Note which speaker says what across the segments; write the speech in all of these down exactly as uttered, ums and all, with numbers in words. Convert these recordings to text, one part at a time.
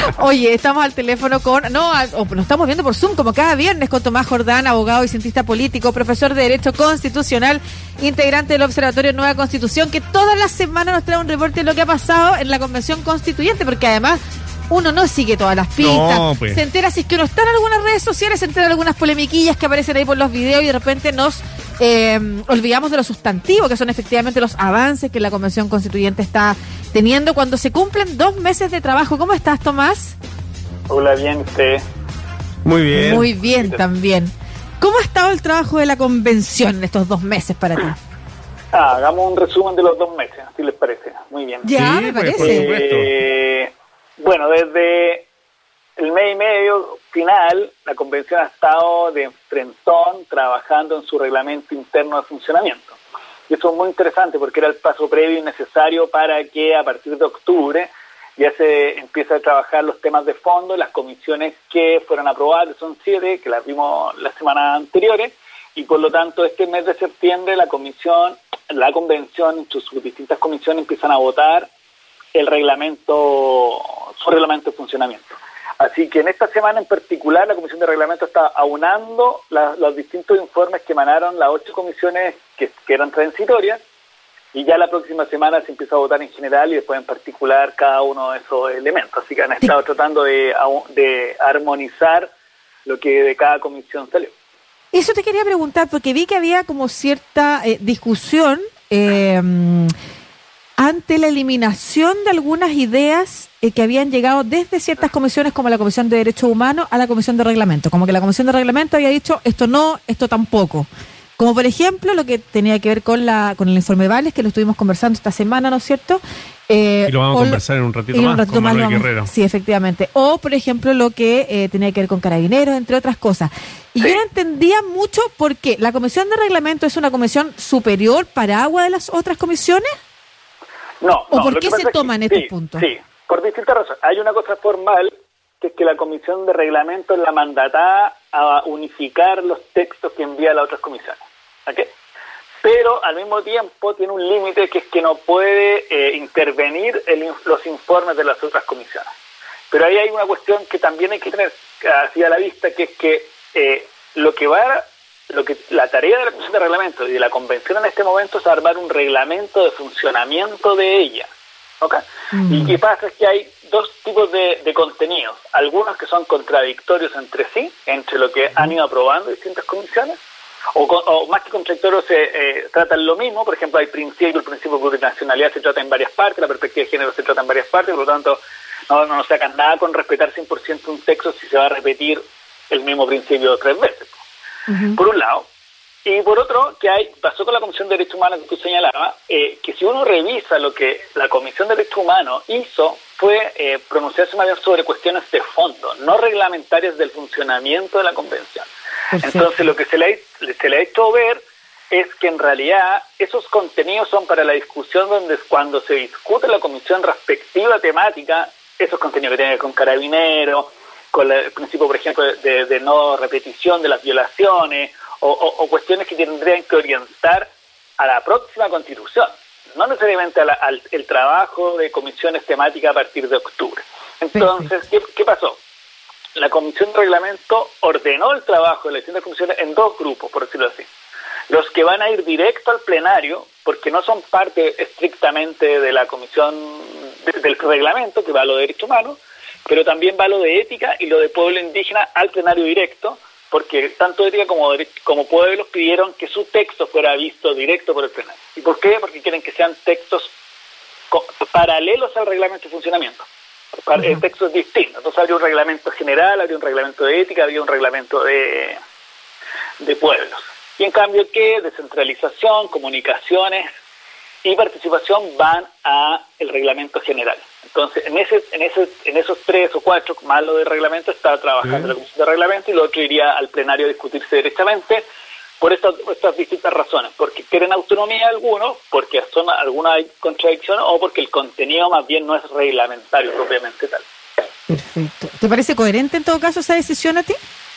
Speaker 1: Oye, estamos al teléfono con, no, al, o nos estamos viendo por Zoom como cada viernes con Tomás Jordán, abogado y cientista político, profesor de Derecho Constitucional, integrante del Observatorio Nueva Constitución, que todas las semanas nos trae un reporte de lo que ha pasado en la Convención Constituyente, porque además uno no sigue todas las pistas,
Speaker 2: no, pues.
Speaker 1: se entera si es que uno está en algunas redes sociales, se entera de algunas polemiquillas que aparecen ahí por los videos y de repente nos eh, olvidamos de lo sustantivo, que son efectivamente los avances que la Convención Constituyente está teniendo cuando se cumplen dos meses de trabajo. ¿Cómo estás, Tomás?
Speaker 3: Hola, bien, usted.
Speaker 2: Muy bien.
Speaker 1: Muy bien, también. ¿Cómo ha estado el trabajo de la Convención en estos dos meses para ti?
Speaker 3: Ah, hagamos un resumen de los dos meses, si les parece. Muy bien.
Speaker 1: Ya,
Speaker 2: Sí,
Speaker 1: me
Speaker 2: pues,
Speaker 1: parece.
Speaker 2: por supuesto.
Speaker 3: Eh, bueno, desde el mes y medio final, la Convención ha estado de frentón trabajando en su reglamento interno de funcionamiento. Y eso es muy interesante porque era el paso previo y necesario para que a partir de octubre ya se empiece a trabajar los temas de fondo, las comisiones que fueron aprobadas, son siete, que las vimos las semanas anteriores, y por lo tanto este mes de septiembre la comisión, la Convención, sus, sus distintas comisiones empiezan a votar el reglamento, su reglamento de funcionamiento. Así que en esta semana en particular la Comisión de Reglamento está aunando la, los distintos informes que emanaron las ocho comisiones que, que eran transitorias, y ya la próxima semana se empieza a votar en general y después en particular cada uno de esos elementos. Así que han estado tratando de, de armonizar lo que de cada comisión salió.
Speaker 1: Eso te quería preguntar, porque vi que había como cierta eh, discusión eh, ante la eliminación de algunas ideas eh, que habían llegado desde ciertas comisiones como la Comisión de Derechos Humanos a la Comisión de Reglamento. Como que la Comisión de Reglamento había dicho esto no, esto tampoco. Como por ejemplo lo que tenía que ver con la con el informe Vales, que lo estuvimos conversando esta semana, ¿no es cierto? Eh,
Speaker 2: y lo vamos a conversar
Speaker 1: lo,
Speaker 2: en un ratito
Speaker 1: en
Speaker 2: más
Speaker 1: un ratito
Speaker 2: con
Speaker 1: más
Speaker 2: Manuel
Speaker 1: vamos,
Speaker 2: Guerrero.
Speaker 1: Sí, efectivamente. O por ejemplo lo que eh, tenía que ver con Carabineros, entre otras cosas. Y
Speaker 3: Sí.
Speaker 1: yo no entendía mucho por qué. ¿La Comisión de Reglamento es una comisión superior para agua de las otras comisiones?
Speaker 3: No,
Speaker 1: ¿O
Speaker 3: no,
Speaker 1: por
Speaker 3: lo
Speaker 1: qué
Speaker 3: que
Speaker 1: se
Speaker 3: pasa es
Speaker 1: toman
Speaker 3: que-
Speaker 1: estos
Speaker 3: sí,
Speaker 1: puntos?
Speaker 3: Sí, por distintas razones. Hay una cosa formal, que es que la Comisión de Reglamento es la mandatada a unificar los textos que envía a las otras comisiones. ¿Ok? Pero al mismo tiempo tiene un límite, que es que no puede eh, intervenir el, los informes de las otras comisiones. Pero ahí hay una cuestión que también hay que tener así a la vista, que es que eh, lo que va, lo que la tarea de la Comisión de Reglamento y de la Convención en este momento es armar un reglamento de funcionamiento de ella. ¿Ok?
Speaker 1: Mm.
Speaker 3: Y qué pasa es que hay dos tipos de, de contenidos, algunos que son contradictorios entre sí, entre lo que han ido aprobando distintas comisiones, o, con, o más que contradictorios se eh, tratan lo mismo. Por ejemplo, hay principios, el principio de plurinacionalidad se trata en varias partes, la perspectiva de género se trata en varias partes, por lo tanto no, no nos sacan nada con respetar cien por ciento un texto si se va a repetir el mismo principio tres veces,
Speaker 1: Uh-huh.
Speaker 3: por un lado. Y por otro, que hay pasó con la Comisión de Derechos Humanos que tú señalabas, eh, que si uno revisa lo que la Comisión de Derechos Humanos hizo, fue eh, pronunciarse más bien sobre cuestiones de fondo, no reglamentarias del funcionamiento de la Convención.
Speaker 1: Perfecto.
Speaker 3: Entonces lo que se le, ha, se le ha hecho ver es que en realidad esos contenidos son para la discusión donde cuando se discute la comisión respectiva temática, esos contenidos que tienen que ver con Carabineros, con el principio, por ejemplo, de, de no repetición de las violaciones, o, o, o cuestiones que tendrían que orientar a la próxima Constitución, no necesariamente a la, al el trabajo de comisiones temáticas a partir de octubre. Entonces, ¿qué, qué pasó? La Comisión de Reglamento ordenó el trabajo de las distintas comisiones en dos grupos, por decirlo así. Los que van a ir directo al plenario, porque no son parte estrictamente de la Comisión de, del Reglamento, que va a lo de Derechos Humanos, pero también va lo de Ética y lo de Pueblo Indígena al plenario directo, porque tanto Ética como, como Pueblos pidieron que su texto fuera visto directo por el plenario. ¿Y por qué? Porque quieren que sean textos paralelos al reglamento de funcionamiento. Uh-huh. Textos distintos. Entonces habría un reglamento general, habría un reglamento de ética, habría un reglamento de, de pueblos. Y en cambio, ¿qué? Descentralización, comunicaciones y participación van a el reglamento general. Entonces, en ese, en ese, en esos tres o cuatro, más lo del reglamento, está trabajando uh-huh. la Comisión de Reglamento, y lo otro iría al plenario a discutirse directamente por estas, estas distintas razones, porque quieren autonomía algunos, porque son alguna contradicción, o porque el contenido más bien no es reglamentario propiamente tal.
Speaker 1: Perfecto. ¿Te parece coherente en todo caso esa decisión a ti?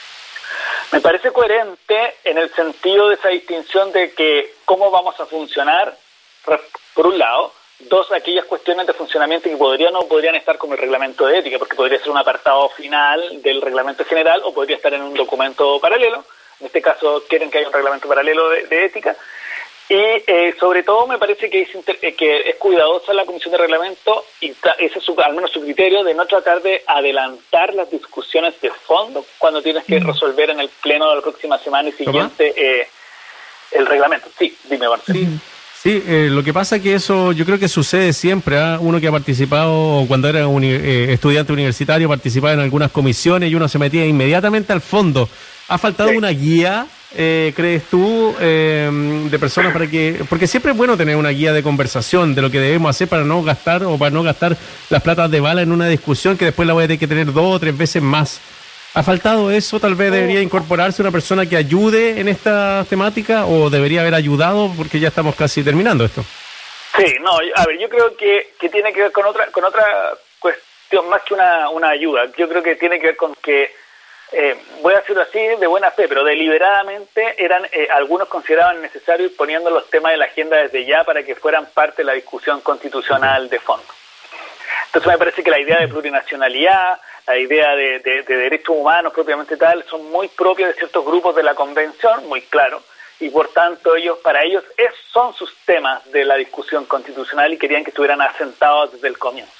Speaker 3: Me parece coherente en el sentido de esa distinción de que cómo vamos a funcionar, por un lado, Dos, aquellas cuestiones de funcionamiento que podrían o no podrían estar como el reglamento de ética, porque podría ser un apartado final del reglamento general o podría estar en un documento paralelo. En este caso quieren que haya un reglamento paralelo de, de ética. Y eh, sobre todo me parece que es, inter- que es cuidadosa la Comisión de Reglamento, y tra- ese es su, al menos su criterio, de no tratar de adelantar las discusiones de fondo cuando tienes que resolver en el pleno de la próxima semana y siguiente eh, el reglamento. Sí, dime, Marcelo.
Speaker 2: Sí. Sí, eh, lo que pasa es que eso yo creo que sucede siempre. ¿eh? Uno que ha participado cuando era uni- eh, estudiante universitario, participaba en algunas comisiones y uno se metía inmediatamente al fondo. ¿Ha faltado sí. una guía, eh, crees tú, eh, de personas para que... Porque siempre es bueno tener una guía de conversación de lo que debemos hacer para no gastar o para no gastar las platas de bala en una discusión que después la voy a tener que tener dos o tres veces más. ¿Ha faltado eso? Tal vez debería incorporarse una persona que ayude en esta temática o debería haber ayudado porque ya estamos casi terminando esto.
Speaker 3: Sí, no, a ver, yo creo que, que tiene que ver con otra con otra cuestión más que una, una ayuda. Yo creo que tiene que ver con que, eh, voy a decirlo así de buena fe, pero deliberadamente eran eh, algunos consideraban necesario ir poniendo los temas de la agenda desde ya para que fueran parte de la discusión constitucional de fondo. Entonces me parece que la idea de plurinacionalidad, la idea de, de, de derechos humanos propiamente tal, son muy propias de ciertos grupos de la Convención, muy claro, y por tanto ellos, para ellos es, son sus temas de la discusión constitucional y querían que estuvieran asentados desde el comienzo.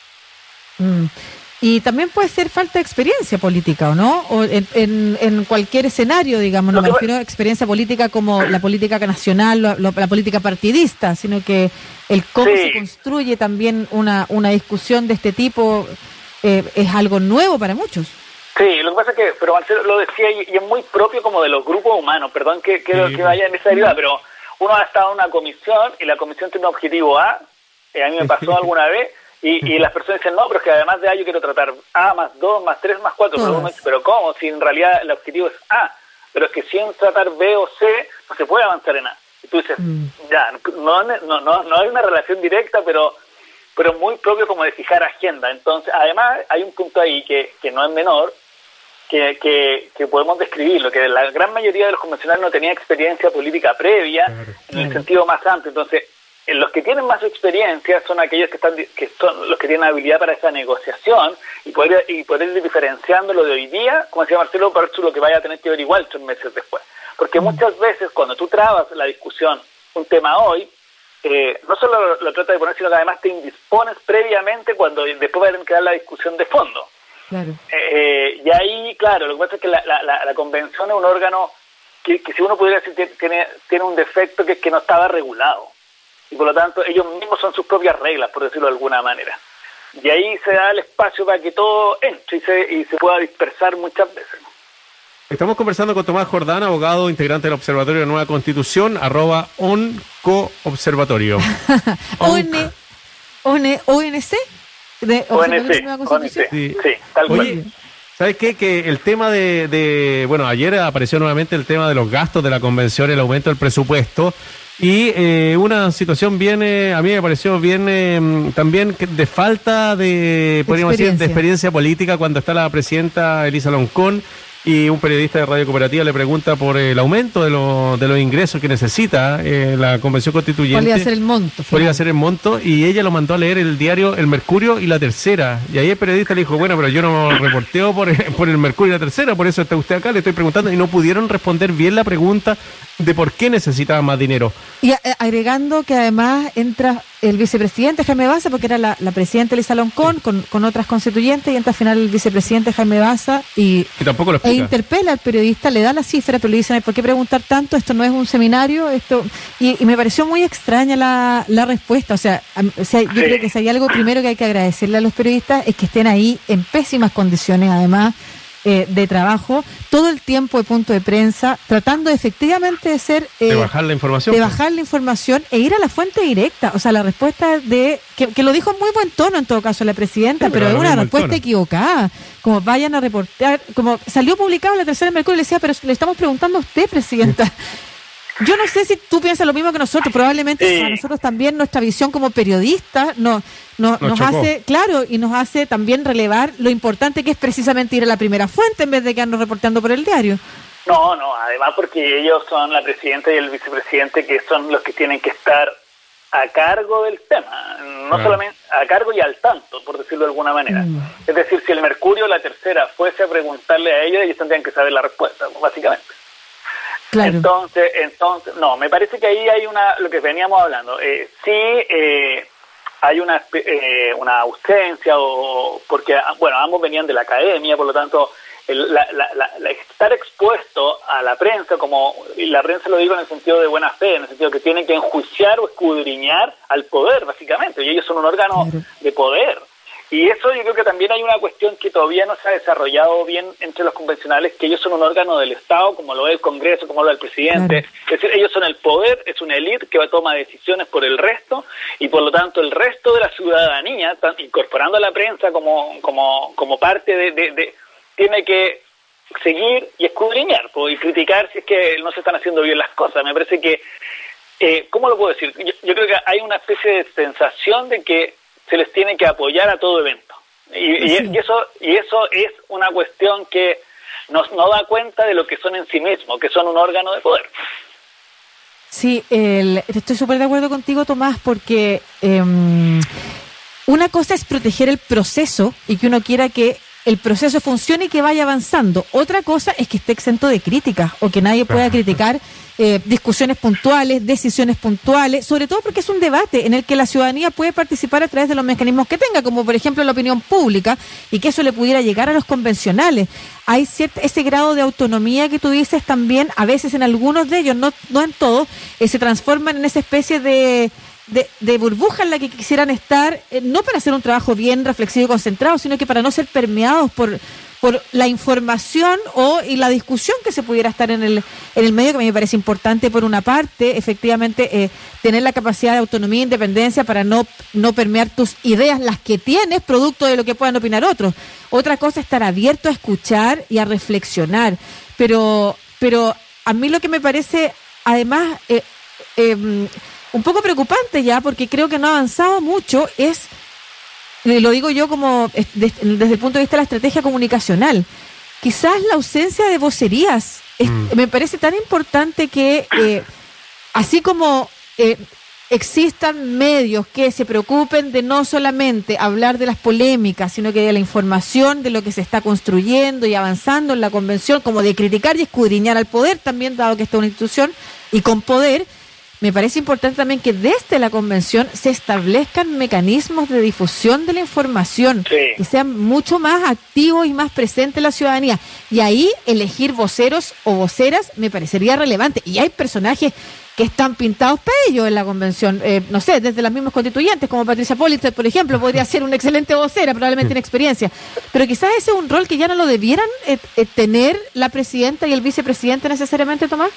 Speaker 1: Mm. Y también puede ser falta de experiencia política, ¿o no? O en, en, en cualquier escenario, digamos, no me refiero a experiencia política como la política nacional, lo, lo, la política partidista, sino que el cómo sí. se construye también una, una discusión de este tipo eh, es algo nuevo para muchos.
Speaker 3: Sí, lo que pasa es que, pero Marcelo lo decía, y, y es muy propio como de los grupos humanos, perdón que, que, sí. que vaya en esa derivada, pero uno ha estado en una comisión y la comisión tiene un objetivo A, eh, a mí me pasó alguna vez, Y, y las personas dicen, no, pero es que además de A yo quiero tratar A más dos, más tres, más cuatro. Pero, uno dice, pero ¿cómo? Si en realidad el objetivo es A. Pero es que sin tratar B o C no se puede avanzar en A. Y tú dices, mm. ya, no, no, no, no hay una relación directa, pero pero muy propio como de fijar agenda. Entonces, además hay un punto ahí que, que no es menor, que, que, que podemos describirlo, que la gran mayoría de los convencionales no tenía experiencia política previa, claro, en claro. el sentido más amplio. Entonces, los que tienen más experiencia son aquellos que están que son los que tienen habilidad para esa negociación y poder y poder ir diferenciando lo de hoy día, como decía Marcelo, para lo que vaya a tener que ver igual tres meses después. Porque muchas veces cuando tú trabas la discusión, un tema hoy, eh, no solo lo, lo tratas de poner, sino que además te indispones previamente cuando después va a tener que dar la discusión de fondo.
Speaker 1: Claro.
Speaker 3: Eh, y ahí, claro, lo que pasa es que la, la, la, la convención es un órgano que, que si uno pudiera decir, tiene, tiene un defecto que es que no estaba regulado. Y por lo tanto ellos mismos son sus propias reglas, por decirlo de alguna manera. Y ahí se da el espacio para que todo entre y se, y se pueda dispersar muchas veces.
Speaker 2: Estamos conversando con Tomás Jordán, abogado, integrante del Observatorio de Nueva Constitución, arroba oncoobservatorio.
Speaker 1: O N C de Observatorio de Nueva Constitución.
Speaker 3: Sí, sí, tal cual.
Speaker 2: Oye, ¿sabes qué? Que el tema de, de... Bueno, ayer apareció nuevamente el tema de los gastos de la convención, el aumento del presupuesto. Y eh, una situación bien, eh, a mí me pareció bien eh, también de falta de, podríamos decir, de experiencia política cuando está la presidenta Elisa Loncón y un periodista de Radio Cooperativa le pregunta por el aumento de, lo, de los ingresos que necesita eh, la Convención Constituyente.
Speaker 1: ¿Cuál iba a ser el monto?
Speaker 2: ¿Cuál iba a ser el monto? Y ella lo mandó a leer el diario El Mercurio y La Tercera. Y ahí el periodista le dijo, bueno, pero yo no reporteo por, por El Mercurio y La Tercera, por eso está usted acá, le estoy preguntando. Y no pudieron responder bien la pregunta de por qué necesitaba más dinero.
Speaker 1: Y a, agregando que además entra el vicepresidente Jaime Baza, porque era la, la presidenta Elisa Loncón, sí. con, con otras constituyentes, y entra al final el vicepresidente Jaime Baza y,
Speaker 2: y tampoco lo
Speaker 1: e interpela al periodista, le da la cifra, pero le dicen, ¿por qué preguntar tanto? Esto no es un seminario, esto y, y me pareció muy extraña la, la respuesta. O sea, o sea, yo creo que si hay algo primero que hay que agradecerle a los periodistas es que estén ahí en pésimas condiciones, además, Eh, de trabajo, todo el tiempo de punto de prensa, tratando efectivamente de ser...
Speaker 2: Eh, de bajar la información.
Speaker 1: De bajar la información e ir a la fuente directa. O sea, la respuesta de... Que, que lo dijo en muy buen tono en todo caso la presidenta, sí, pero, pero es una respuesta equivocada. Como vayan a reportar... Como salió publicado en La Tercera del Mercurio y le decía, pero le estamos preguntando a usted, presidenta. Yo no sé si tú piensas lo mismo que nosotros, probablemente sí. A nosotros también nuestra visión como periodistas no, no, nos, nos hace, claro, y nos hace también relevar lo importante que es precisamente ir a la primera fuente en vez de quedarnos reportando por el diario.
Speaker 3: No, no, además porque ellos son la presidenta y el vicepresidente que son los que tienen que estar a cargo del tema, no claro. solamente a cargo y al tanto, por decirlo de alguna manera. Mm. Es decir, si el Mercurio, la tercera, fuese a preguntarle a ellos, ellos tendrían que saber la respuesta, básicamente. Claro. Entonces, entonces, no, me parece que ahí hay una, lo que veníamos hablando, eh, sí eh, hay una eh, una ausencia, o porque, bueno, ambos venían de la academia, por lo tanto, el, la, la, la, la, estar expuesto a la prensa, como, y la prensa lo digo en el sentido de buena fe, en el sentido que tienen que enjuiciar o escudriñar al poder, básicamente, y ellos son un órgano claro. de poder. Y eso yo creo que también hay una cuestión que todavía no se ha desarrollado bien entre los convencionales, que ellos son un órgano del Estado, como lo es el Congreso, como lo es el presidente. Claro. Es decir, ellos son el poder, es una élite que toma decisiones por el resto, y por lo tanto el resto de la ciudadanía, incorporando a la prensa como como como parte de, de, de tiene que seguir y escudriñar, pues, y criticar si es que no se están haciendo bien las cosas. Me parece que, eh, ¿cómo lo puedo decir? Yo, yo creo que hay una especie de sensación de que se les tiene que apoyar a todo evento. Y, sí. y, y eso y eso es una cuestión que nos no da cuenta de lo que son en sí mismos, que son un órgano de poder.
Speaker 1: Sí, el, estoy súper de acuerdo contigo, Tomás, porque eh, una cosa es proteger el proceso y que uno quiera que el proceso funcione y que vaya avanzando. Otra cosa es que esté exento de críticas o que nadie pueda criticar eh, discusiones puntuales, decisiones puntuales, sobre todo porque es un debate en el que la ciudadanía puede participar a través de los mecanismos que tenga, como por ejemplo la opinión pública, y que eso le pudiera llegar a los convencionales. Hay cierto, ese grado de autonomía que tú dices también, a veces en algunos de ellos, no, no en todos, eh, se transforman en esa especie de... De, de burbuja en la que quisieran estar, eh, no para hacer un trabajo bien reflexivo y concentrado, sino que para no ser permeados por por la información o y la discusión que se pudiera estar en el en el medio, que a mí me parece importante por una parte, efectivamente, eh, tener la capacidad de autonomía e independencia para no, no permear tus ideas, las que tienes, producto de lo que puedan opinar otros. Otra cosa es estar abierto a escuchar y a reflexionar, pero, pero a mí lo que me parece, además, eh, eh, un poco preocupante ya, porque creo que no ha avanzado mucho, es, lo digo yo como desde el punto de vista de la estrategia comunicacional, quizás la ausencia de vocerías. Es, mm. Me parece tan importante que, eh, así como eh, existan medios que se preocupen de no solamente hablar de las polémicas, sino que de la información, de lo que se está construyendo y avanzando en la convención, como de criticar y escudriñar al poder también, dado que esta es una institución y con poder. Me parece importante también que desde la convención se establezcan mecanismos de difusión de la información, sí. que sean mucho más activos y más presentes en la ciudadanía. Y ahí elegir voceros o voceras me parecería relevante. Y hay personajes que están pintados para ello en la convención. Eh, no sé, desde las mismas constituyentes, como Patricia Pollitzer, por ejemplo, podría ser una excelente vocera, probablemente tiene experiencia. Pero quizás ese es un rol que ya no lo debieran eh, eh, tener la presidenta y el vicepresidente necesariamente, Tomás.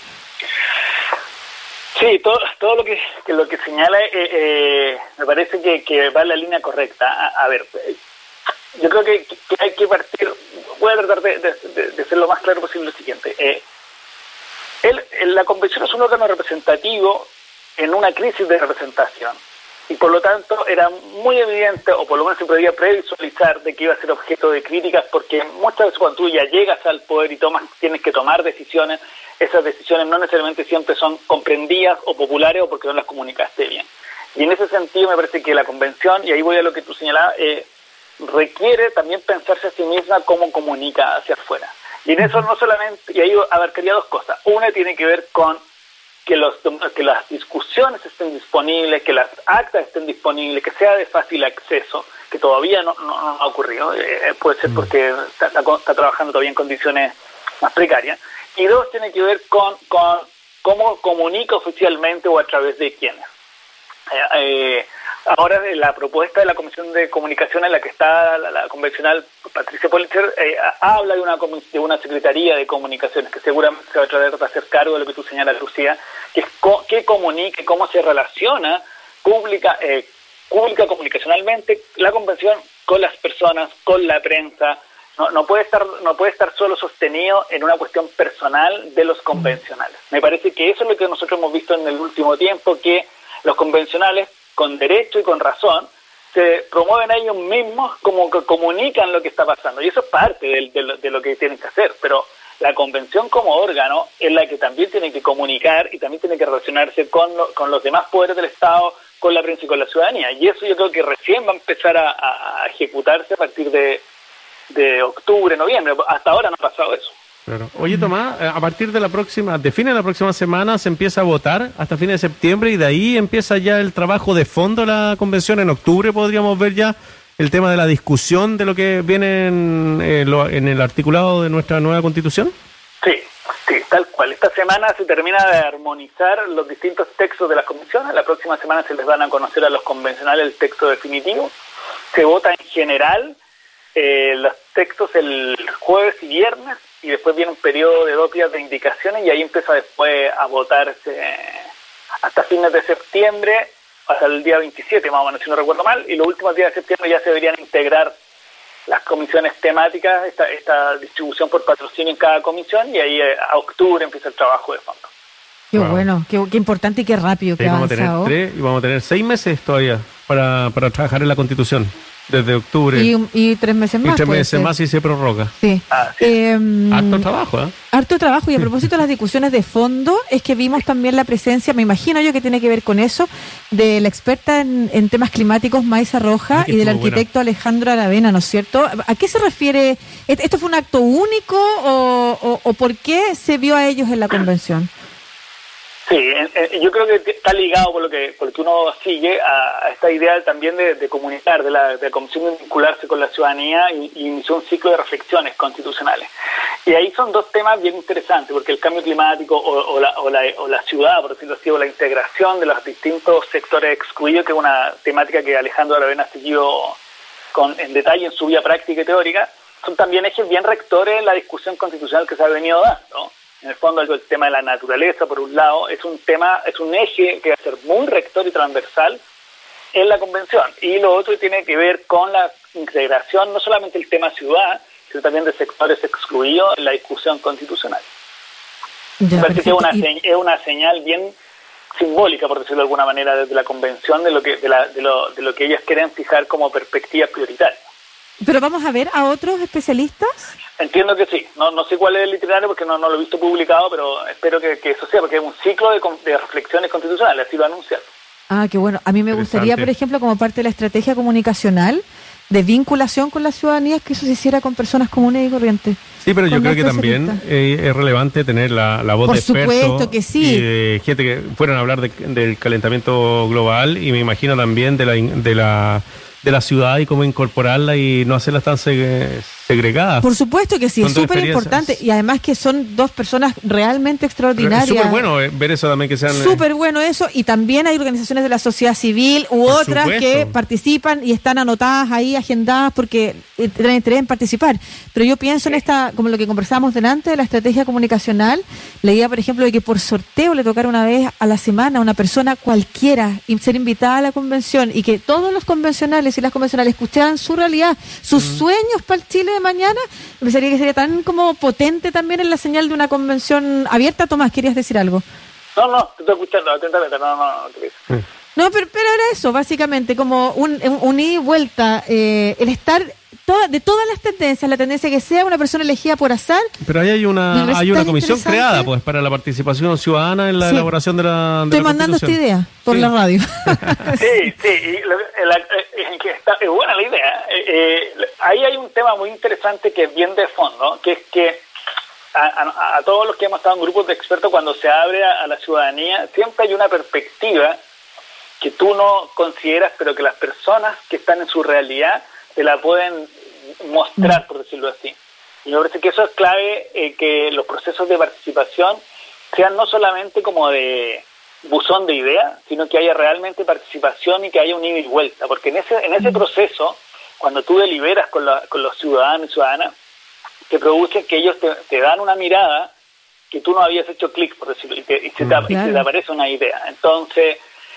Speaker 3: Sí, todo, todo lo que, que lo que señala eh, eh, me parece que, que va en la línea correcta. A, a ver, yo creo que, que hay que partir, voy a tratar de, de, de ser lo más claro posible lo siguiente. Eh, el, la convención es un órgano representativo en una crisis de representación y por lo tanto era muy evidente, o por lo menos se podía previsualizar, de que iba a ser objeto de críticas, porque muchas veces cuando tú ya llegas al poder y tomas, tienes que tomar decisiones, esas decisiones no necesariamente siempre son comprendidas o populares o porque no las comunicaste bien. Y en ese sentido me parece que la convención, y ahí voy a lo que tú señalabas, eh, requiere también pensarse a sí misma cómo comunica hacia afuera. Y en eso no solamente, y ahí abarcaría dos cosas. Una tiene que ver con que, los, que las discusiones estén disponibles, que las actas estén disponibles, que sea de fácil acceso, que todavía no, no, no ha ocurrido. Eh, puede ser porque está, está, está trabajando todavía en condiciones más precarias. Y dos, tiene que ver con, con cómo comunica oficialmente o a través de quiénes. Eh, eh, ahora la propuesta de la Comisión de Comunicación en la que está la, la convencional Patricia Pollitzer eh, habla de una, de una Secretaría de Comunicaciones que seguramente se va a tratar de hacer cargo de lo que tú señalas, Lucía, que es co- que comunique, cómo se relaciona pública, eh, pública comunicacionalmente la convención con las personas, con la prensa. No, no puede estar no puede estar solo sostenido en una cuestión personal de los convencionales. Me parece que eso es lo que nosotros hemos visto en el último tiempo, que los convencionales, con derecho y con razón, se promueven a ellos mismos como que comunican lo que está pasando. Y eso es parte de, de, lo, de lo que tienen que hacer. Pero la convención como órgano es la que también tiene que comunicar y también tiene que relacionarse con, lo, con los demás poderes del Estado, con la prensa y con la ciudadanía. Y eso yo creo que recién va a empezar a, a ejecutarse a partir de, de octubre, noviembre. Hasta ahora no ha pasado eso.
Speaker 2: Claro. Oye, Tomás, a partir de la próxima, de fines de la próxima semana se empieza a votar hasta fines de septiembre y de ahí empieza ya el trabajo de fondo de la convención. En octubre podríamos ver ya el tema de la discusión de lo que viene en, eh, lo, en el articulado de nuestra nueva Constitución.
Speaker 3: Sí, sí, tal cual. Esta semana se termina de armonizar los distintos textos de las comisiones. La próxima semana se les van a conocer a los convencionales el texto definitivo. Se vota en general eh, los textos el jueves y viernes, y después viene un periodo de dos días de indicaciones y ahí empieza después a votarse hasta fines de septiembre, hasta el día veintisiete más o menos, si no recuerdo mal, y los últimos días de septiembre ya se deberían integrar las comisiones temáticas, esta, esta distribución por patrocinio en cada comisión, y ahí a octubre empieza el trabajo de fondo.
Speaker 1: Qué
Speaker 2: Wow.
Speaker 1: bueno, qué, qué importante y qué rápido que
Speaker 2: Sí,
Speaker 1: ha
Speaker 2: vamos a tener
Speaker 1: avanzado.
Speaker 2: tres y vamos a tener seis meses todavía para, para trabajar en la Constitución, desde octubre.
Speaker 1: Y, y tres meses
Speaker 2: Y
Speaker 1: más.
Speaker 2: tres
Speaker 1: puede
Speaker 2: meses
Speaker 1: ser.
Speaker 2: más y se prorroga.
Speaker 1: Sí.
Speaker 3: Ah, sí.
Speaker 1: Eh,
Speaker 2: Harto trabajo, ¿eh?
Speaker 1: Harto trabajo, y a propósito de las discusiones de fondo, es que vimos también la presencia, me imagino yo que tiene que ver con eso, de la experta en, en temas climáticos, Maisa Roja,
Speaker 2: Ah, que
Speaker 1: y del
Speaker 2: estuvo
Speaker 1: arquitecto Alejandro Aravena, ¿no es cierto? ¿A qué se refiere? ¿Esto fue un acto único o, o, o por qué se vio a ellos en la convención?
Speaker 3: Sí, eh, eh, yo creo que está ligado por lo que, por lo que uno sigue a, a esta idea también de, de comunicar, de la, de la Comisión de vincularse con la ciudadanía, y, y inició un ciclo de reflexiones constitucionales. Y ahí son dos temas bien interesantes, porque el cambio climático o, o, la, o, la, o la ciudad, por decirlo así, o la integración de los distintos sectores excluidos, que es una temática que Alejandro Aravena ha seguido con, en detalle en su vía práctica y teórica, son también ejes bien rectores en la discusión constitucional que se ha venido dando, ¿no? En el fondo, el tema de la naturaleza, por un lado, es un tema, es un eje que va a ser muy rector y transversal en la convención. Y lo otro tiene que ver con la integración, no solamente el tema ciudad, sino también de sectores excluidos en la discusión constitucional.
Speaker 1: Ya,
Speaker 3: Parece que es una,
Speaker 1: y-
Speaker 3: se- es una señal bien simbólica, por decirlo de alguna manera, desde la convención, de lo que, de la, de lo, de lo que ellas quieren fijar como perspectiva prioritaria.
Speaker 1: ¿Pero vamos a ver a otros especialistas?
Speaker 3: Entiendo que sí. No no sé cuál es el literario porque no, no lo he visto publicado, pero espero que, que eso sea, porque es un ciclo de, con- de reflexiones constitucionales, así lo anuncian.
Speaker 1: Ah, qué bueno. A mí me gustaría,
Speaker 2: Interesante.
Speaker 1: por ejemplo, como parte de la estrategia comunicacional de vinculación con la ciudadanía, que eso se hiciera con personas comunes y corrientes.
Speaker 2: Sí, pero yo
Speaker 1: Con
Speaker 2: creo
Speaker 1: los
Speaker 2: que también
Speaker 1: especialistas.
Speaker 2: eh, es relevante tener la, la voz
Speaker 1: Por
Speaker 2: de expertos
Speaker 1: supuesto que sí.
Speaker 2: y de gente que fueron a hablar de- del calentamiento global, y me imagino también de la in- de la de la ciudad y cómo incorporarla y no hacerlas tan seg- segregadas.
Speaker 1: Por supuesto que sí, es
Speaker 2: Con tus
Speaker 1: súper importante,
Speaker 2: experiencias.
Speaker 1: y además que son dos personas realmente
Speaker 2: Pero
Speaker 1: extraordinarias.
Speaker 2: es súper bueno eh, ver eso también, que sean... eh,
Speaker 1: Súper bueno eso, y también hay organizaciones de la sociedad civil u
Speaker 2: Por
Speaker 1: otras
Speaker 2: supuesto.
Speaker 1: que participan y están anotadas ahí, agendadas, porque eh, tienen interés en participar. Pero yo pienso en esta, como lo que conversábamos delante de la estrategia comunicacional, la idea, por ejemplo, de que por sorteo le tocara una vez a la semana a una persona cualquiera y ser invitada a la convención, y que todos los convencionales y las convencionales escucharan su realidad, sus
Speaker 2: Mm.
Speaker 1: sueños para el Chile de mañana. Me parecería que sería tan como potente también en la señal de una convención abierta. Tomás, ¿querías decir algo?
Speaker 3: No, no, te estoy escuchando atentamente, no, no, no, Cris.
Speaker 1: No, pero, pero era eso, básicamente, como un, un, un ida y vuelta, eh, el estar toda, de todas las tendencias, la tendencia que sea una persona elegida por azar.
Speaker 2: Pero ahí hay
Speaker 1: Me
Speaker 2: una
Speaker 1: parece
Speaker 2: hay una
Speaker 1: tan
Speaker 2: comisión
Speaker 1: interesante.
Speaker 2: creada pues para la participación ciudadana en la
Speaker 1: Sí.
Speaker 2: elaboración de la, de
Speaker 1: Estoy
Speaker 2: la
Speaker 1: mandando esta
Speaker 2: Constitución.
Speaker 1: idea por
Speaker 2: Sí.
Speaker 1: la radio.
Speaker 3: Sí, sí, y lo- la- eh, que está, es buena la idea. Eh, eh, ahí hay un tema muy interesante que es bien de fondo, que es que a, a- a todos los que hemos estado en grupos de expertos, cuando se abre a, a la ciudadanía, siempre hay una perspectiva que tú no consideras, pero que las personas que están en su realidad te la pueden mostrar, por decirlo así. Y me parece que eso es clave, eh, que los procesos de participación sean no solamente como de buzón de ideas, sino que haya realmente participación y que haya un ida y vuelta, porque en ese en ese proceso, cuando tú deliberas con, la, con los ciudadanos y ciudadanas, te produce que ellos te, te dan una mirada que tú no habías hecho clic, por decirlo, y, te, y, se te,
Speaker 1: Claro.
Speaker 3: y se te aparece una idea. Entonces,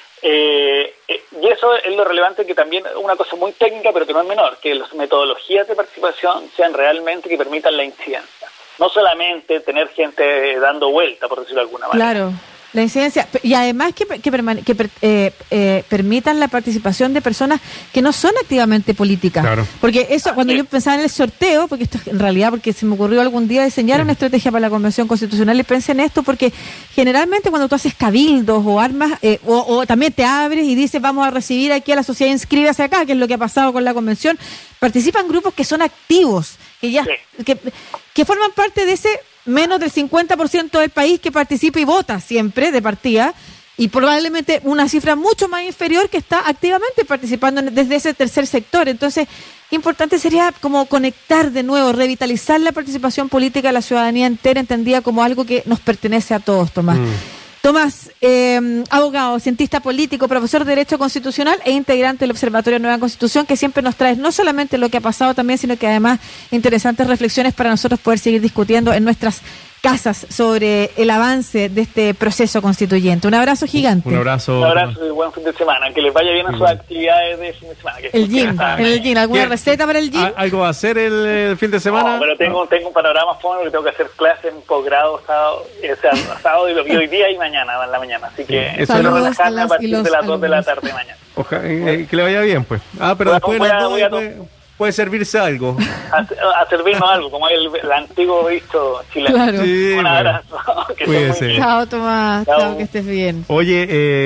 Speaker 3: eh, eh, y eso es lo relevante, que también es una cosa muy técnica, pero que no es menor, que las metodologías de participación sean realmente que permitan la incidencia. No solamente tener gente dando vuelta, por decirlo de alguna manera.
Speaker 1: Claro. La incidencia, y además que, que, permane- que per- eh, eh, permitan la participación de personas que no son activamente políticas.
Speaker 2: Claro.
Speaker 1: Porque eso, cuando yo pensaba en el sorteo, porque esto en realidad, porque se me ocurrió algún día diseñar
Speaker 2: Sí.
Speaker 1: una estrategia para la Convención Constitucional, y pensé en esto, porque generalmente cuando tú haces cabildos o armas, eh, o, o también te abres y dices, vamos a recibir aquí a la sociedad, inscríbase acá, que es lo que ha pasado con la Convención, participan grupos que son activos, que ya,
Speaker 3: Sí.
Speaker 1: que, que forman parte de ese menos del cincuenta por ciento del país que participa y vota siempre de partida, y probablemente una cifra mucho más inferior que está activamente participando en- desde ese tercer sector. Entonces, qué importante sería como conectar de nuevo, revitalizar la participación política de la ciudadanía entera, entendida como algo que nos pertenece a todos, Tomás.
Speaker 2: Mm.
Speaker 1: Tomás, eh, abogado, cientista político, profesor de Derecho Constitucional e integrante del Observatorio Nueva Constitución, que siempre nos trae no solamente lo que ha pasado también, sino que además interesantes reflexiones para nosotros poder seguir discutiendo en nuestras casas sobre el avance de este proceso constituyente. Un abrazo gigante.
Speaker 2: Un abrazo.
Speaker 3: Un abrazo y buen fin de semana. Que les vaya bien en sus
Speaker 2: Igual.
Speaker 3: actividades de fin de semana. Que
Speaker 1: El gym,
Speaker 3: disfruten.
Speaker 1: el gym, ¿alguna
Speaker 2: ¿Qué?
Speaker 1: receta para el gym?
Speaker 2: ¿A- ¿Algo va a hacer el, eh, fin de semana?
Speaker 3: No, pero tengo, tengo un panorama fondo que tengo que hacer clases en posgrado sábado, eh, o sea, sábado y, y hoy día y mañana, en la mañana. Así que
Speaker 2: Sí, eso
Speaker 3: espero
Speaker 1: Saludos
Speaker 3: relajarme
Speaker 1: a
Speaker 3: a
Speaker 1: las y
Speaker 3: partir
Speaker 1: los
Speaker 3: de las dos de la
Speaker 1: alumnos.
Speaker 3: tarde mañana.
Speaker 2: Oja- eh, que le vaya bien, pues. Ah, pero
Speaker 3: Bueno,
Speaker 2: después de
Speaker 3: voy
Speaker 2: las
Speaker 3: a-
Speaker 2: dos
Speaker 3: voy a
Speaker 2: puede, puede servirse algo.
Speaker 3: A, a servirnos algo, como el, el antiguo visto chileno.
Speaker 1: Claro.
Speaker 2: Sí,
Speaker 3: Un
Speaker 2: bueno.
Speaker 3: abrazo. Que estén muy
Speaker 2: Cuídese.
Speaker 3: bien.
Speaker 1: Chao, Tomás.
Speaker 3: Chao.
Speaker 1: Chao, que estés bien.
Speaker 2: Oye, eh,